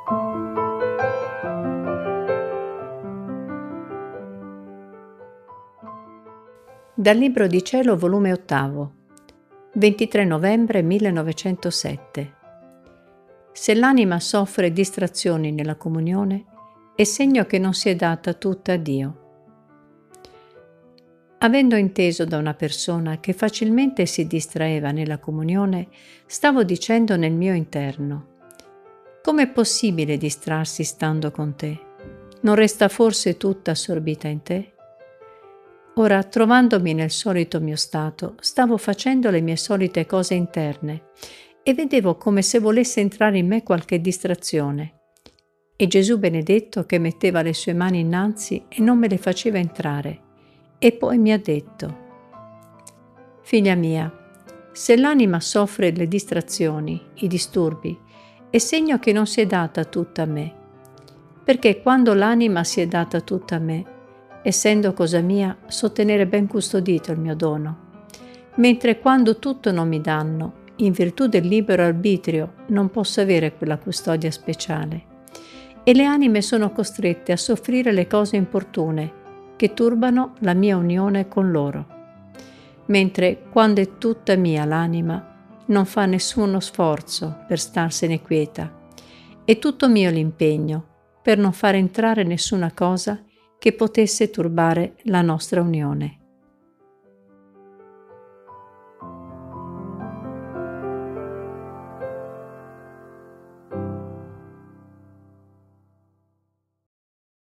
Dal Libro di Cielo, volume 8, 23 novembre 1907. Se l'anima soffre distrazioni nella comunione, è segno che non si è data tutta a Dio. Avendo inteso da una persona che facilmente si distraeva nella comunione, stavo dicendo nel mio interno: com'è possibile distrarsi stando con te? Non resta forse tutta assorbita in te? Ora, trovandomi nel solito mio stato, stavo facendo le mie solite cose interne e vedevo come se volesse entrare in me qualche distrazione. E Gesù benedetto che metteva le sue mani innanzi e non me le faceva entrare. E poi mi ha detto: figlia mia, se l'anima soffre le distrazioni, i disturbi, è segno che non si è data tutta a me. Perché quando l'anima si è data tutta a me, essendo cosa mia, so tenere ben custodito il mio dono, mentre quando tutto non mi danno, in virtù del libero arbitrio, non posso avere quella custodia speciale. E le anime sono costrette a soffrire le cose importune che turbano la mia unione con loro. Mentre quando è tutta mia l'anima, non fa nessuno sforzo per starsene quieta. È tutto mio l'impegno per non far entrare nessuna cosa che potesse turbare la nostra unione.